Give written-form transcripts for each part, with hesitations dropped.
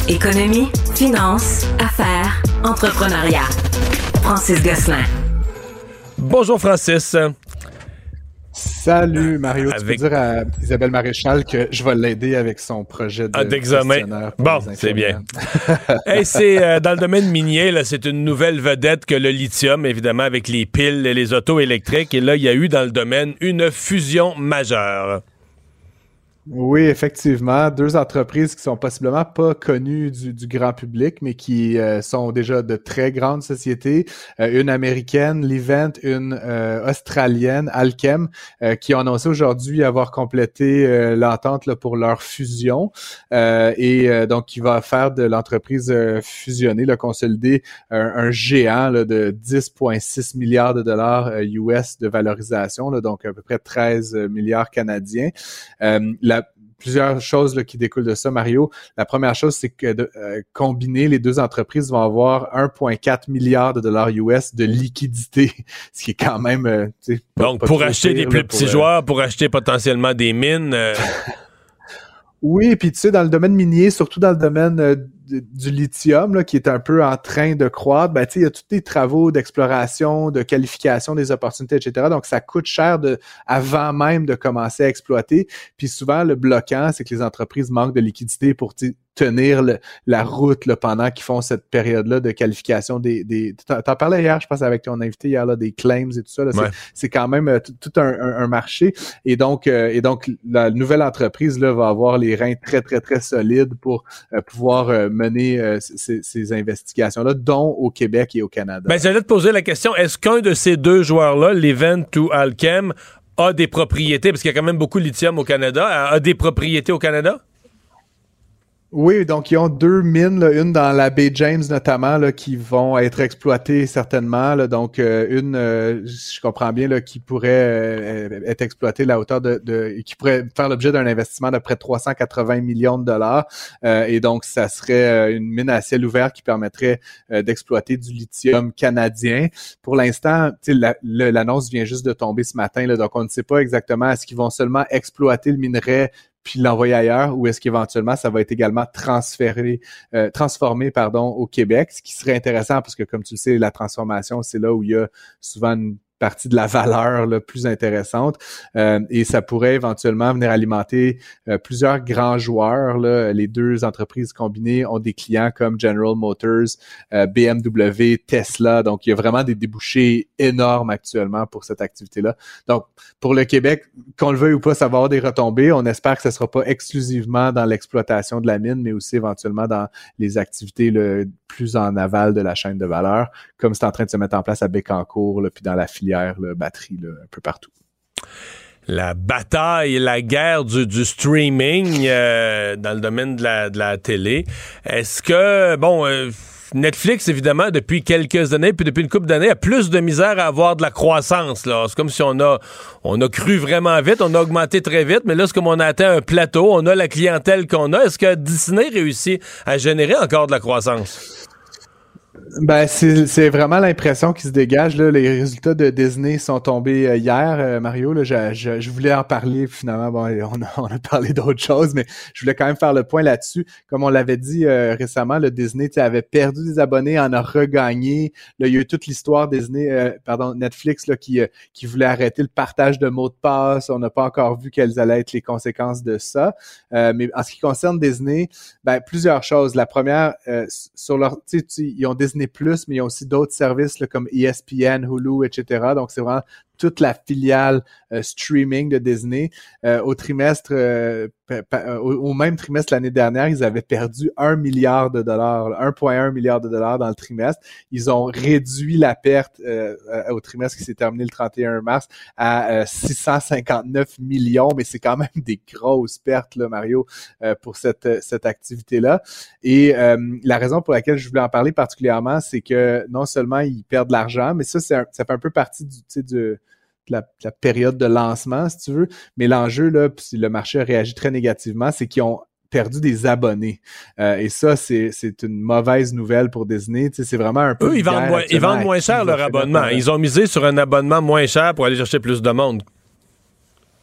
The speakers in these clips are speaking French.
Économie, finance, affaires, entrepreneuriat. Francis Gosselin. Bonjour Francis. Salut Mario, tu peux dire à Isabelle Maréchal que je vais l'aider avec son projet d'examen. Bon, c'est bien. Hey, c'est dans le domaine minier, là, c'est une nouvelle vedette que le lithium, évidemment, avec les piles et les autos électriques. Et là, il y a eu dans le domaine une fusion majeure. Oui, effectivement. Deux entreprises qui sont possiblement pas connues du grand public, mais qui sont déjà de très grandes sociétés. Une américaine, Livent, une australienne, Allkem, qui ont annoncé aujourd'hui avoir complété l'entente là, pour leur fusion. Donc, qui va faire de l'entreprise fusionnée, là, consolider un géant là, de 10,6 milliards de dollars US de valorisation, là, donc à peu près 13 milliards canadiens. Plusieurs choses là, qui découlent de ça, Mario. La première chose, c'est que combiner les deux entreprises vont avoir 1,4 milliard de dollars US de liquidité, ce qui est quand même... Donc, pour acheter des plus petits joueurs, pour acheter potentiellement des mines... Oui, puis tu sais, dans le domaine minier, surtout dans le domaine du lithium, là, qui est un peu en train de croître, ben, tu sais, il y a tous les travaux d'exploration, de qualification des opportunités, etc. Donc, ça coûte cher avant même de commencer à exploiter. Puis souvent, le bloquant, c'est que les entreprises manquent de liquidité pour tenir la route là, pendant qu'ils font cette période-là de qualification T'en parlais hier, je pense, avec ton invité hier, là, des claims et tout ça. Là, ouais. c'est quand même tout un marché. Et donc, la nouvelle entreprise là, va avoir les reins très, très, très solides pour pouvoir mener ces investigations-là, dont au Québec et au Canada. Ben, j'allais te poser la question, est-ce qu'un de ces deux joueurs-là, Livent ou Allkem, a des propriétés, parce qu'il y a quand même beaucoup de lithium au Canada, a des propriétés au Canada? Oui, donc ils ont deux mines, là, une dans la baie James notamment, là, qui vont être exploitées certainement. Là, donc je comprends bien, là, qui pourrait être exploitée à la hauteur qui pourrait faire l'objet d'un investissement de près de 380 millions de dollars. Et donc ça serait une mine à ciel ouvert qui permettrait d'exploiter du lithium canadien. Pour l'instant, l'annonce vient juste de tomber ce matin, là, donc on ne sait pas exactement est-ce qu'ils vont seulement exploiter le minerai puis l'envoyer ailleurs, ou est-ce qu'éventuellement ça va être également transformé au Québec, ce qui serait intéressant parce que, comme tu le sais, la transformation, c'est là où il y a souvent une partie de la valeur là, plus intéressante, et ça pourrait éventuellement venir alimenter plusieurs grands joueurs. Là. Les deux entreprises combinées ont des clients comme General Motors, BMW, Tesla, donc il y a vraiment des débouchés énormes actuellement pour cette activité-là. Donc, pour le Québec, qu'on le veuille ou pas, ça va avoir des retombées. On espère que ce ne sera pas exclusivement dans l'exploitation de la mine, mais aussi éventuellement dans les activités plus en aval de la chaîne de valeur, comme c'est en train de se mettre en place à Bécancour, là, puis dans la filière là, batterie, là, un peu partout. La bataille, la guerre du streaming dans le domaine de la télé. Est-ce que, Netflix, évidemment, depuis quelques années, puis depuis une couple d'années, a plus de misère à avoir de la croissance. Là. C'est comme si on a cru vraiment vite, on a augmenté très vite, mais là, c'est comme on a atteint un plateau, on a la clientèle qu'on a. Est-ce que Disney réussit à générer encore de la croissance? Ben, c'est vraiment l'impression qui se dégage. Là. Les résultats de Disney sont tombés hier, Mario. Là, je voulais en parler, finalement. Bon, on a parlé d'autres choses, mais je voulais quand même faire le point là-dessus. Comme on l'avait dit récemment, le Disney avait perdu des abonnés, en a regagné. Là, il y a eu toute l'histoire Netflix là, qui voulait arrêter le partage de mots de passe. On n'a pas encore vu quelles allaient être les conséquences de ça. Mais en ce qui concerne Disney, ben, plusieurs choses. La première, sur leur, ils ont Disney+, mais il y a aussi d'autres services là, comme ESPN, Hulu, etc. Donc, c'est vraiment toute la filiale streaming de Disney. Au même trimestre l'année dernière, ils avaient perdu 1,1 milliard de dollars dans le trimestre. Ils ont réduit la perte au trimestre qui s'est terminé le 31 mars à 659 millions, mais c'est quand même des grosses pertes, là, Mario, pour cette activité-là. Et la raison pour laquelle je voulais en parler particulièrement, c'est que non seulement ils perdent de l'argent, mais ça fait un peu partie de la période de lancement, si tu veux. Mais l'enjeu, là, puis le marché a réagi très négativement, c'est qu'ils ont perdu des abonnés. Et ça, c'est une mauvaise nouvelle pour Disney. Tu sais, c'est vraiment un peu... Eux, ils vendent moins cher leur abonnement. Ils ont misé sur un abonnement moins cher pour aller chercher plus de monde.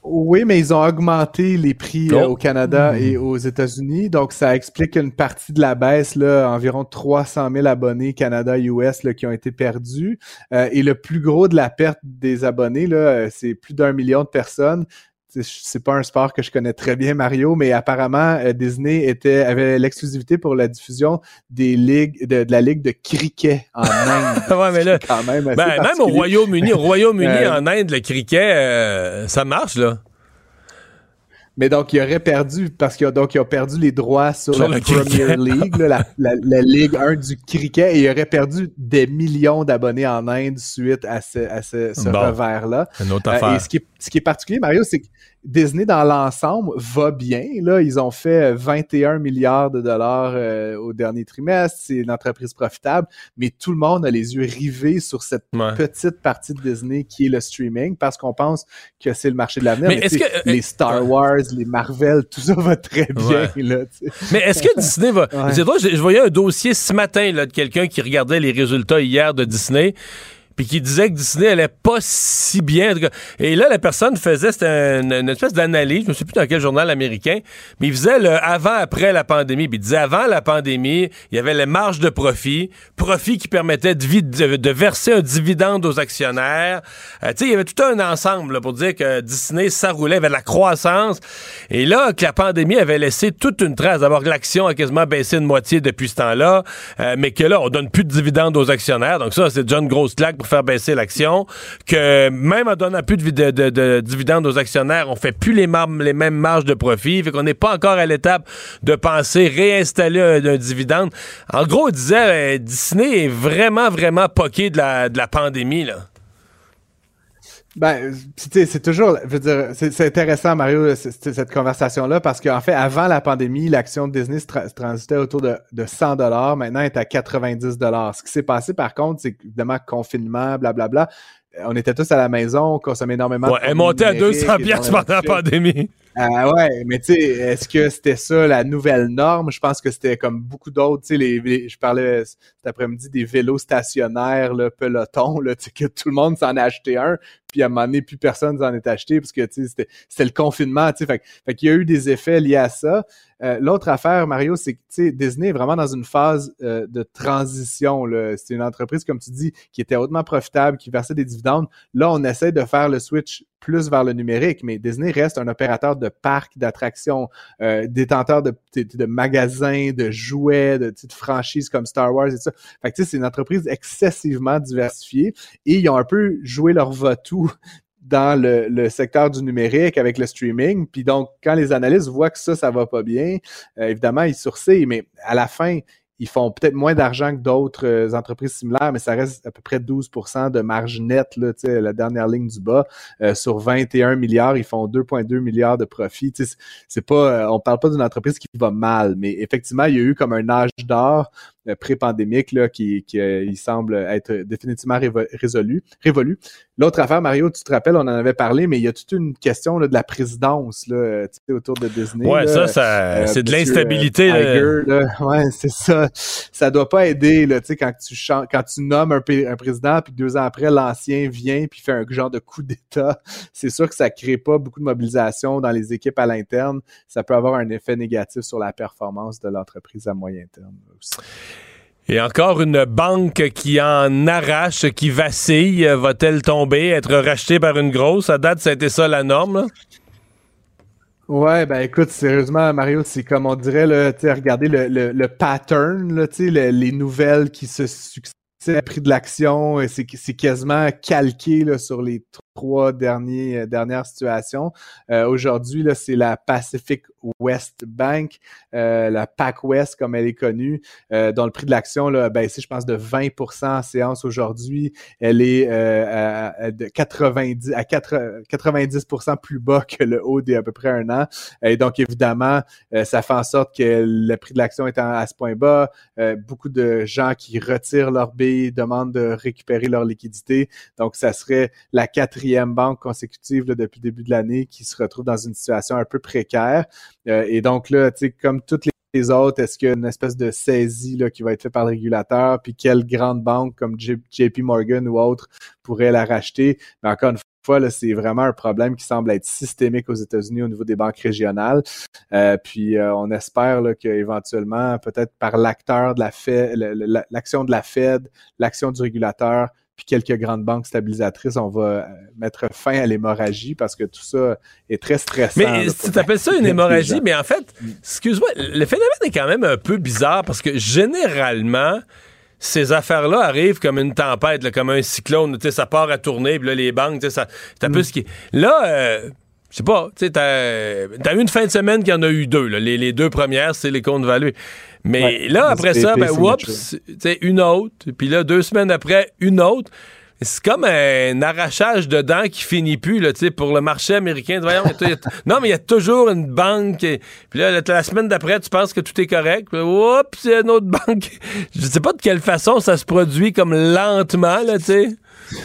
Oui, mais ils ont augmenté les prix au Canada et aux États-Unis. Donc, ça explique une partie de la baisse, là, environ 300 000 abonnés Canada-US là, qui ont été perdus. Et le plus gros de la perte des abonnés, là, c'est plus d'1 million de personnes. C'est pas un sport que je connais très bien, Mario, mais apparemment, Disney avait l'exclusivité pour la diffusion des ligues, de la ligue de cricket en Inde. Ouais, mais là, quand même, même au Royaume-Uni, en Inde, le cricket, ça marche, là. Mais donc, il aurait perdu, parce qu'ils ont perdu les droits sur la Premier League, là, la Ligue 1 du cricket, et il aurait perdu des millions d'abonnés en Inde suite à ce revers-là. Une autre affaire. Et ce qui est particulier, Mario, c'est que Disney, dans l'ensemble, va bien. Là, ils ont fait 21 milliards de dollars au dernier trimestre. C'est une entreprise profitable, mais tout le monde a les yeux rivés sur cette petite partie de Disney qui est le streaming, parce qu'on pense que c'est le marché de l'avenir. Mais les Star Wars, les Marvel, tout ça va très bien. Là, mais est-ce que Disney va... C'est drôle, je voyais un dossier ce matin là, de quelqu'un qui regardait les résultats hier de Disney, puis qui disait que Disney allait pas si bien. Et là, la personne faisait, c'était une espèce d'analyse, je ne sais plus dans quel journal américain, mais il faisait le avant-après la pandémie. Puis il disait, avant la pandémie, il y avait les marges de profit qui permettaient de verser un dividende aux actionnaires. Tu sais, il y avait tout un ensemble là, pour dire que Disney, ça roulait, il y avait de la croissance. Et là, que la pandémie avait laissé toute une trace. D'abord, l'action a quasiment baissé de moitié depuis ce temps-là, mais que là, on donne plus de dividendes aux actionnaires. Donc ça, c'est déjà une grosse claque pour faire baisser l'action, que même en donnant plus de dividendes aux actionnaires, on fait plus les mêmes marges de profit, fait qu'on n'est pas encore à l'étape de penser réinstaller un dividende. En gros, il disait, Disney est vraiment, vraiment poqué de la pandémie, là. Ben, tu sais, c'est toujours, je veux dire, c'est intéressant, Mario, cette conversation-là, parce qu'en fait, avant la pandémie, l'action de Disney se transitait autour de 100 $. Maintenant, elle est à 90 $. Ce qui s'est passé, par contre, c'est évidemment confinement, blablabla. On était tous à la maison, on consommait énormément de... Elle est montée à 200 $ pendant la pandémie. Ouais, mais tu sais, est-ce que c'était ça la nouvelle norme? Je pense que c'était comme beaucoup d'autres, tu sais, je parlais cet après-midi des vélos stationnaires, là, peloton, là, tu sais, que tout le monde s'en a acheté un, puis à un moment donné, plus personne s'en est acheté, parce que, tu sais, c'était le confinement, tu sais, fait qu'il y a eu des effets liés à ça. L'autre affaire, Mario, c'est que, tu sais, Disney est vraiment dans une phase de transition, là. C'est une entreprise, comme tu dis, qui était hautement profitable, qui versait des dividendes. Là, on essaie de faire le switch plus vers le numérique, mais Disney reste un opérateur de parcs, d'attractions, détenteur de magasins, de jouets, de franchises comme Star Wars et ça. Fait que tu sais, c'est une entreprise excessivement diversifiée et ils ont un peu joué leur va-tout dans le secteur du numérique avec le streaming. Puis donc, quand les analystes voient que ça va pas bien, évidemment, ils sourcillent, mais à la fin, ils font peut-être moins d'argent que d'autres entreprises similaires, mais ça reste à peu près 12% de marge nette, là, la dernière ligne du bas. Sur 21 milliards, ils font 2,2 milliards de profit. C'est pas, on parle pas d'une entreprise qui va mal, mais effectivement, il y a eu comme un âge d'or pré-pandémique là, qui il semble être définitivement révolu. L'autre affaire, Mario, tu te rappelles, on en avait parlé, mais il y a toute une question là, de la présidence là, autour de Disney. Ouais, là, ça c'est de l'instabilité. Tiger, là. Ouais, c'est ça. Ça doit pas aider là, quand tu nommes un président, puis 2 ans après, l'ancien vient puis fait un genre de coup d'État. C'est sûr que ça crée pas beaucoup de mobilisation dans les équipes à l'interne. Ça peut avoir un effet négatif sur la performance de l'entreprise à moyen terme aussi. Et encore une banque qui en arrache, qui vacille. Va-t-elle tomber, être rachetée par une grosse? À date, ça a été ça la norme, là? Ouais, ben écoute, sérieusement, Mario, c'est comme on dirait, là, tu sais, regardez le pattern, là, tu sais, les nouvelles qui se succèdent, le prix de l'action, c'est quasiment calqué là, sur les 3 dernières situations. Aujourd'hui, là, c'est la Pacific West Bank, la PacWest comme elle est connue, dont le prix de l'action là, a baissé, je pense, de 20% en séance aujourd'hui. Elle est de 90% plus bas que le haut d'il y a à peu près un an. Et donc, évidemment, ça fait en sorte que le prix de l'action est à ce point bas. Beaucoup de gens qui retirent leur billes demandent de récupérer leur liquidité. Donc, ça serait la 4e banque consécutive là, depuis le début de l'année qui se retrouve dans une situation un peu précaire. Et donc là, tu sais, comme toutes les autres, est-ce qu'il y a une espèce de saisie là, qui va être faite par le régulateur, puis quelle grande banque comme JP Morgan ou autre pourrait la racheter? Mais encore une fois, là, c'est vraiment un problème qui semble être systémique aux États-Unis au niveau des banques régionales. Puis on espère là, qu'éventuellement, peut-être par l'acteur de la Fed, l'action de la Fed, l'action du régulateur, puis quelques grandes banques stabilisatrices, on va mettre fin à l'hémorragie parce que tout ça est très stressant. Mais tu appelles ça une hémorragie, mais en fait, excuse-moi, le phénomène est quand même un peu bizarre parce que généralement, ces affaires-là arrivent comme une tempête, là, comme un cyclone. Ça part à tourner, puis là, les banques, c'est un peu ce qui... Là, je sais pas, t'as eu une fin de semaine qu'il y en a eu deux. Là. Les deux premières, c'est les comptes valués. Mais là, après ça, oups, une autre. Puis là, 2 semaines après, une autre. C'est comme un arrachage de dents qui finit plus là, pour le marché américain. Voyons, non, mais il y a toujours une banque. Puis là, la semaine d'après, tu penses que tout est correct. Puis là, oups, c'est une autre banque. Je sais pas de quelle façon ça se produit comme lentement, là, tu sais.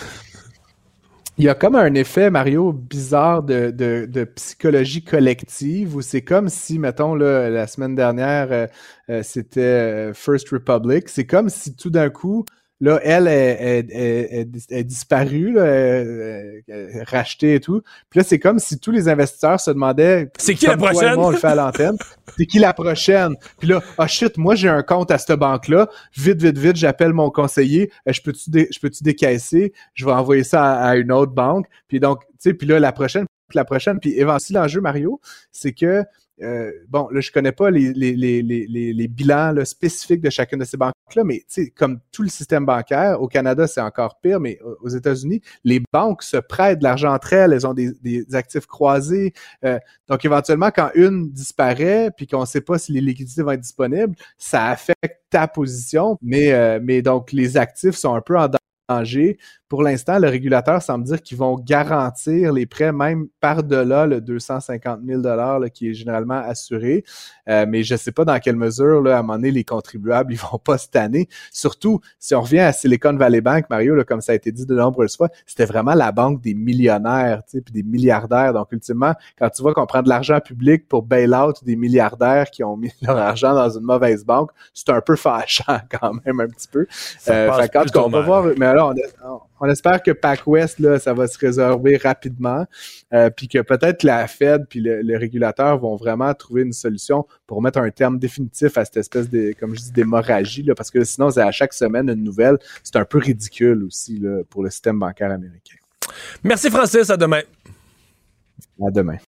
Il y a comme un effet, Mario, bizarre de psychologie collective où c'est comme si, mettons, là, la semaine dernière, c'était First Republic. C'est comme si tout d'un coup, là, elle est disparue, là, rachetée et tout. Puis là, c'est comme si tous les investisseurs se demandaient... C'est qui la prochaine? Moi, on le fait à l'antenne. C'est qui la prochaine? Puis là, shit, moi, j'ai un compte à cette banque-là. Vite, j'appelle mon conseiller. Je peux-tu décaisser? Je vais envoyer ça à une autre banque. Puis donc, tu sais, puis là, la prochaine. Puis éventuellement, l'enjeu, Mario, c'est que bon, là, je connais pas les bilans là, spécifiques de chacune de ces banques-là, mais tu sais, comme tout le système bancaire, au Canada, c'est encore pire, mais aux États-Unis, les banques se prêtent de l'argent entre elles, elles ont des actifs croisés. Donc, éventuellement, quand une disparaît, puis qu'on ne sait pas si les liquidités vont être disponibles, ça affecte ta position, mais donc, les actifs sont un peu en danger. Pour l'instant, le régulateur semble dire qu'ils vont garantir les prêts même par-delà le 250 000 là, qui est généralement assuré. Mais je ne sais pas dans quelle mesure, là, à un moment donné, les contribuables ils vont pas se tanner. Surtout, si on revient à Silicon Valley Bank, Mario, là, comme ça a été dit de nombreuses fois, c'était vraiment la banque des millionnaires, puis des milliardaires. Donc, ultimement, quand tu vois qu'on prend de l'argent public pour bail-out des milliardaires qui ont mis leur argent dans une mauvaise banque, c'est un peu fâchant quand même, un petit peu. Quand on va voir, mais alors, on espère que PacWest, là, ça va se résorber rapidement, puis que peut-être la Fed puis le régulateur vont vraiment trouver une solution pour mettre un terme définitif à cette espèce de, comme je dis, d'hémorragie, là, parce que sinon, c'est à chaque semaine une nouvelle. C'est un peu ridicule aussi là, pour le système bancaire américain. Merci Francis, à demain. À demain.